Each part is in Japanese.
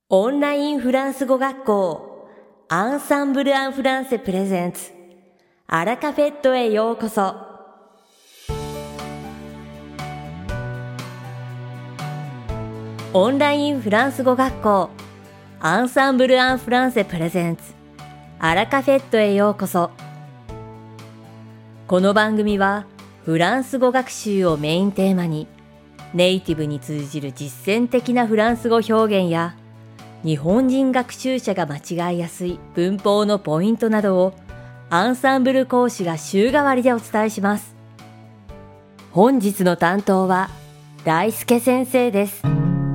オンラインフランス語学校アンサンブル・アン・フランセプレゼンツアラカフェットへようこそ。オンラインフランス語学校アンサンブル・アン・フランセプレゼンツアラカフェットへようこそ。この番組はフランス語学習をメインテーマにネイティブに通じる実践的なフランス語表現や日本人学習者が間違いやすい文法のポイントなどをアンサンブル講師が週替わりでお伝えします。本日の担当は大輔先生です。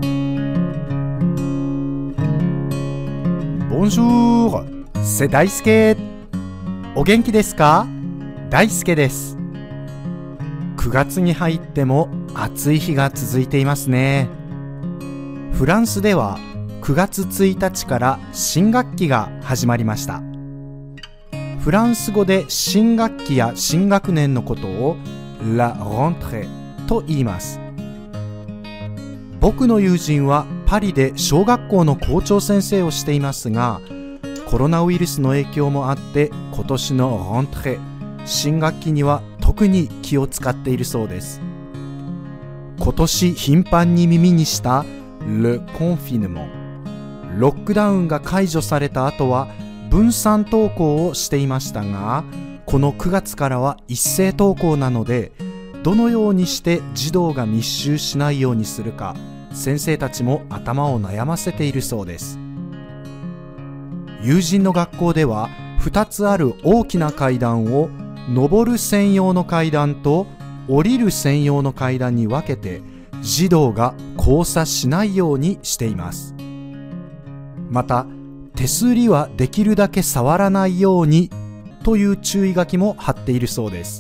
Bonjour, c'est 大輔。お元気ですか？大輔です。9月に入っても暑い日が続いていますね。フランスでは9月1日から新学期が始まりました。フランス語で新学期や新学年のことを La rentrée と言います。僕の友人はパリで小学校の校長先生をしていますが、コロナウイルスの影響もあって今年の rentrée 新学期には特に気を使っているそうです。今年頻繁に耳にしたLe confinement、ロックダウンが解除された後は分散登校をしていましたが、この9月からは一斉登校なので、どのようにして児童が密集しないようにするか、先生たちも頭を悩ませているそうです。友人の学校では2つある大きな階段を上る専用の階段と降りる専用の階段に分けて児童が交差しないようにしています。また手すりはできるだけ触らないようにという注意書きも貼っているそうです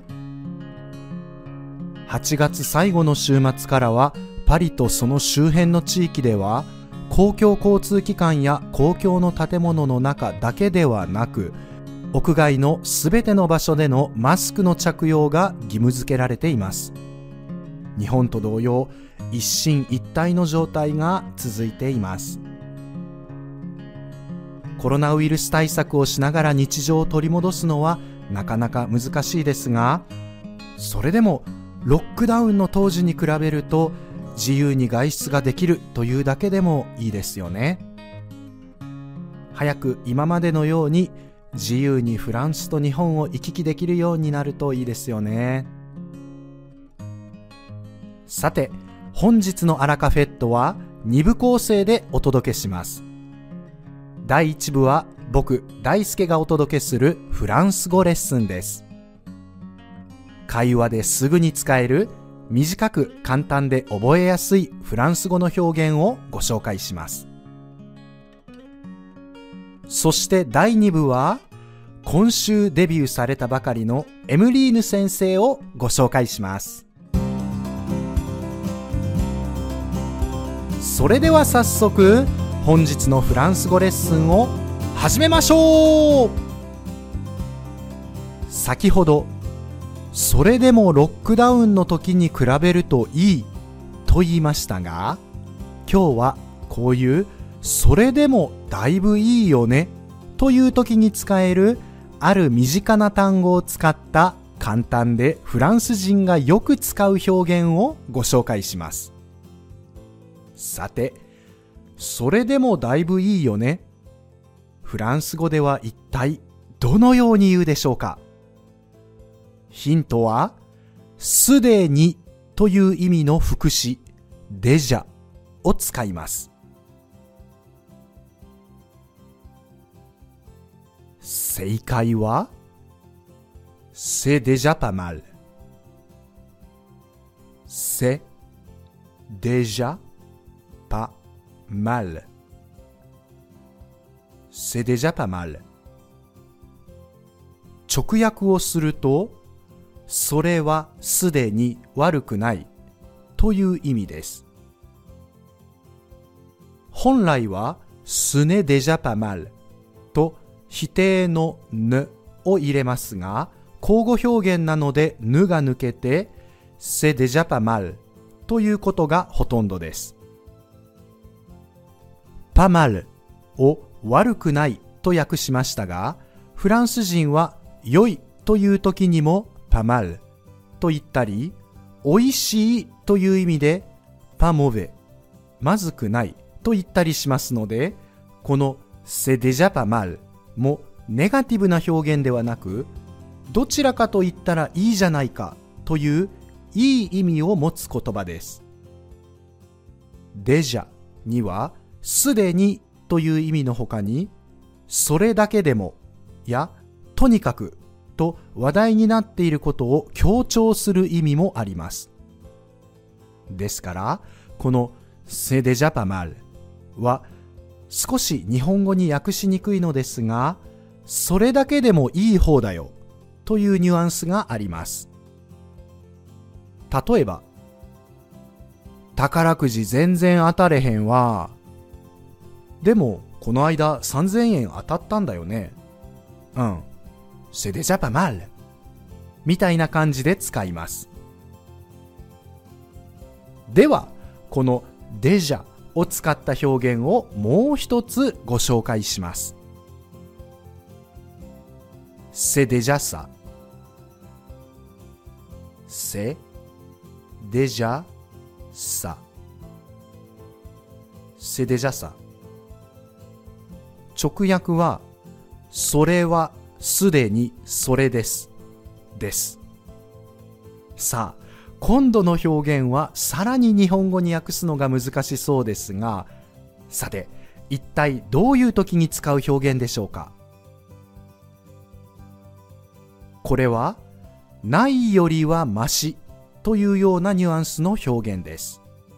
。8月最後の週末からはパリとその周辺の地域では公共交通機関や公共の建物の中だけではなく、屋外のすべての場所でのマスクの着用が義務付けられています。日本と同様、一進一退の状態が続いています。コロナウイルス対策をしながら日常を取り戻すのはなかなか難しいですが、それでもロックダウンの当時に比べると自由に外出ができるというだけでもいいですよね。早く今までのように自由にフランスと日本を行き来できるようになるといいですよね。さて、本日のアラカフェットは2部構成でお届けします。第1部は僕大輔がお届けするフランス語レッスンです。会話ですぐに使える短く簡単で覚えやすいフランス語の表現をご紹介します。そして第2部は今週デビューされたばかりのエムリーヌ先生をご紹介します。それでは早速本日のフランス語レッスンを始めましょう。先ほどそれでもロックダウンの時に比べるといいと言いましたが、今日はこういうそれでもだいぶいいよねという時に使えるある身近な単語を使った簡単でフランス人がよく使う表現をご紹介します。さて、それでもだいぶいいよね、フランス語では一体どのように言うでしょうか？ヒントはすでにという意味の副詞デジャを使います。正解はC'est déjà pas mal。 C'est déjà pas mal。 C'est déjà pas mal。 直訳をするとそれはすでに悪くないという意味です。本来はCe n'est déjà pas malと否定のneを入れますが、口語表現なのでぬが抜けてC'est déjà pas malということがほとんどです。 パマルを悪くないと訳しましたが、フランス人は良いという時にもパマルと言ったり、美味しいという意味でパモベ、まずくないと言ったりしますので、このc'est déjà pas malもネガティブな表現ではなく、どちらかと言ったらいいじゃないかといういい意味を持つ言葉です。déjàにはすでにという意味の他に、それだけでもやとにかくと話題になっていることを強調する意味もあります。ですから、このc'est déjà pas malは少し日本語に訳しにくいのですが、それだけでもいい方だよというニュアンスがあります。例えば、宝くじ全然当たれへんわ。でもこの間3000円当たったんだよね。うん。c'est déjà pas mal みたいな感じで使います。では、このdéjàを使った表現をもう一つご紹介します。c'est déjà ça. C'est déjà ça. C'est déjà ça. 直訳は、それはすでにそれです。です。さあ、今度の表現はさらに日本語に訳すのが難しそうですが、さて、一体どういう時に使う表現でしょうか。これは、ないよりはマシというようなニュアンスの表現です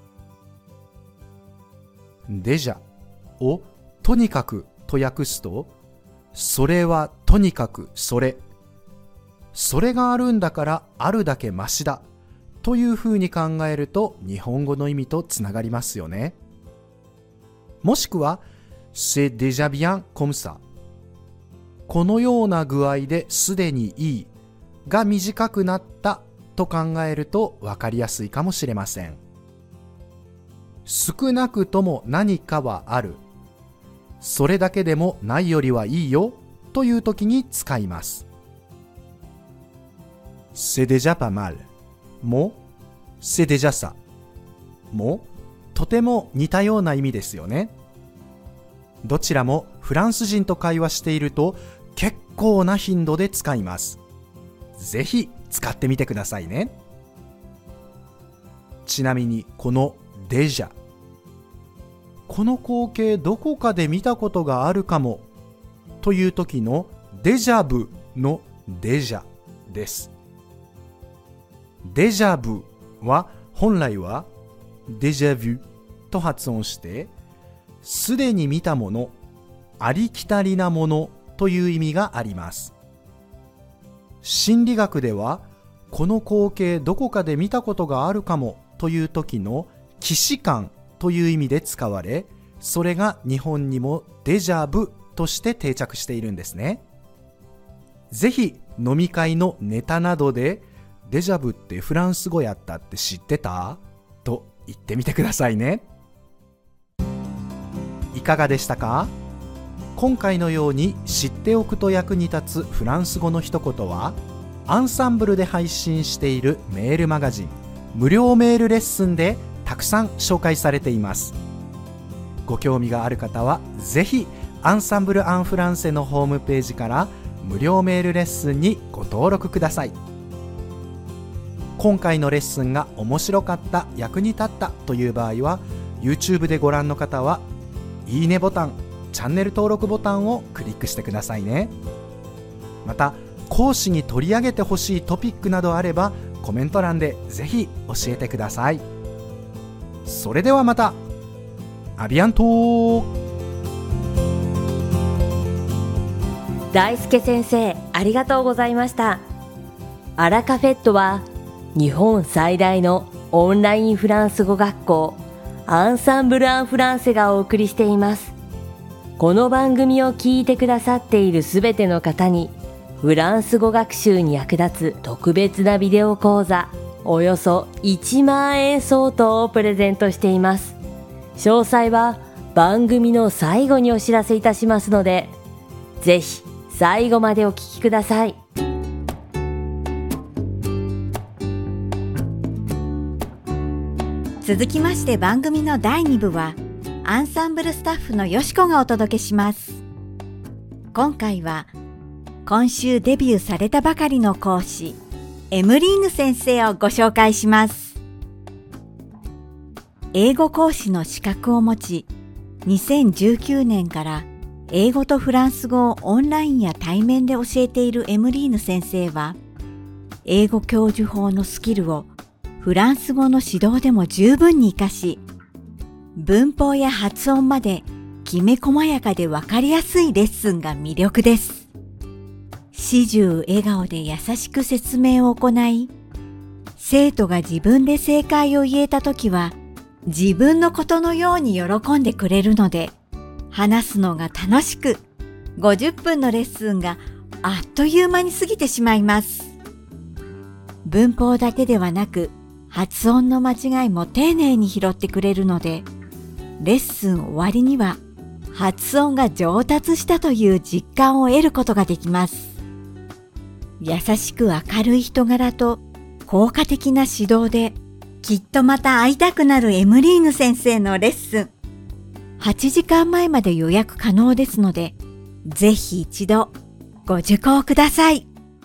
。déjàをとにかくと訳すと、それはとにかくそれ。それがあるんだからあるだけマシだというふうに考えると日本語の意味とつながりますよね。もしくは、c'est déjà bien comme ça。このような具合ですでにいいが短くなったと考えると分かりやすいかもしれません。少なくとも何かはある。それだけでもないよりはいいよという時に使います。c'est déjà pas mal もc'est déjà ça もとても似たような意味ですよね。どちらもフランス人と会話していると結構な頻度で使います。ぜひ使ってみてくださいね。ちなみにこのdéjà、この光景どこかで見たことがあるかもという時のデジャブのデジャです。デジャブは本来はデジャビュと発音して、すでに見たもの、ありきたりなものという意味があります。心理学では、この光景どこかで見たことがあるかもという時の既視感という意味で使われ、それが日本にもデジャブとして定着しているんですね。ぜひ飲み会のネタなどで、デジャブってフランス語やったって知ってた？と言ってみてくださいね。いかがでしたか？今回のように知っておくと役に立つフランス語の一言は、アンサンブルで配信しているメールマガジン、無料メールレッスンでたくさん紹介されています。ご興味がある方はぜひアンサンブル・アン・フランセのホームページから無料メールレッスンにご登録ください。今回のレッスンが面白かった、役に立ったという場合は、 YouTube でご覧の方はいいねボタン、チャンネル登録ボタンをクリックしてくださいね。また講師に取り上げてほしいトピックなどあればコメント欄でぜひ教えてください。それではまた。アビアント。 大輔先生、ありがとうございました。アラカフェットは日本最大のオンラインフランス語学校アンサンブル・アン・フランセがお送りしています。この番組を聞いてくださっているすべての方にフランス語学習に役立つ特別なビデオ講座およそ1万円相当をプレゼントしています。詳細は番組の最後にお知らせいたしますので、ぜひ最後までお聞きください。 続きまして番組の第2部はアンサンブルスタッフのよしこがお届けします。今回は今週デビューされたばかりの講師エムリーヌ先生をご紹介します。英語講師の資格を持ち、2019年から英語とフランス語をオンラインや対面で教えているエムリーヌ先生は、英語教授法のスキルをフランス語の指導でも十分に活かし、文法や発音まできめ細やかでわかりやすいレッスンが魅力です。始終笑顔で優しく説明を行い、生徒が自分で正解を言えたときは、自分のことのように喜んでくれるので、話すのが楽しく、50分のレッスンがあっという間に過ぎてしまいます。文法だけではなく、発音の間違いも丁寧に拾ってくれるので、レッスン終わりには発音が上達したという実感を得ることができます。優しく明るい人柄と効果的な指導で、きっとまた会いたくなるエムリーヌ先生のレッスン。8時間前まで予約可能ですので、ぜひ一度ご受講ください。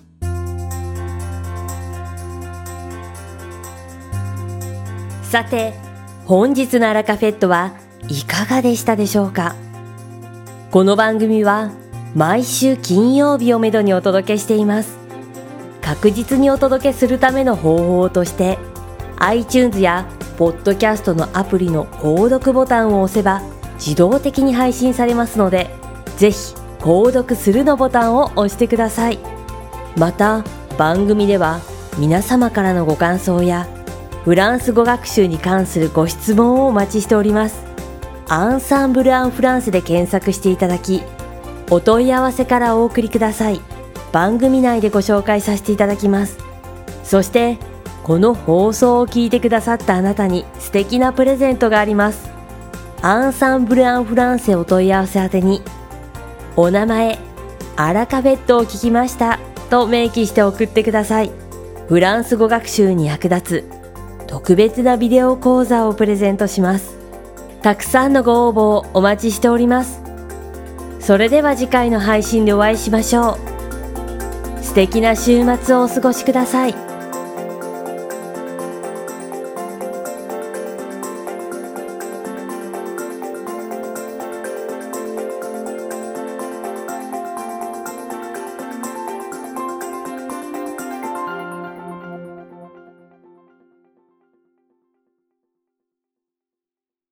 さて、本日のアラカフェットはいかがでしたでしょうか。この番組は毎週金曜日をめどにお届けしています。確実にお届けするための方法として、iTunes やポッドキャストのアプリの購読ボタンを押せば自動的に配信されますので、ぜひ購読するのボタンを押してください。また番組では皆様からのご感想やフランス語学習に関するご質問をお待ちしております。アンサンブル・アン・フランセで検索していただき、お問い合わせからお送りください。番組内でご紹介させていただきます。そしてこの放送を聞いてくださったあなたに素敵なプレゼントがあります。アンサンブル・アン・フランセお問い合わせ宛てに、お名前、アラカフェットを聞きましたと明記して送ってください。フランス語学習に役立つ特別なビデオ講座をプレゼントします。たくさんのご応募をお待ちしております。それでは次回の配信でお会いしましょう。素敵な週末をお過ごしください。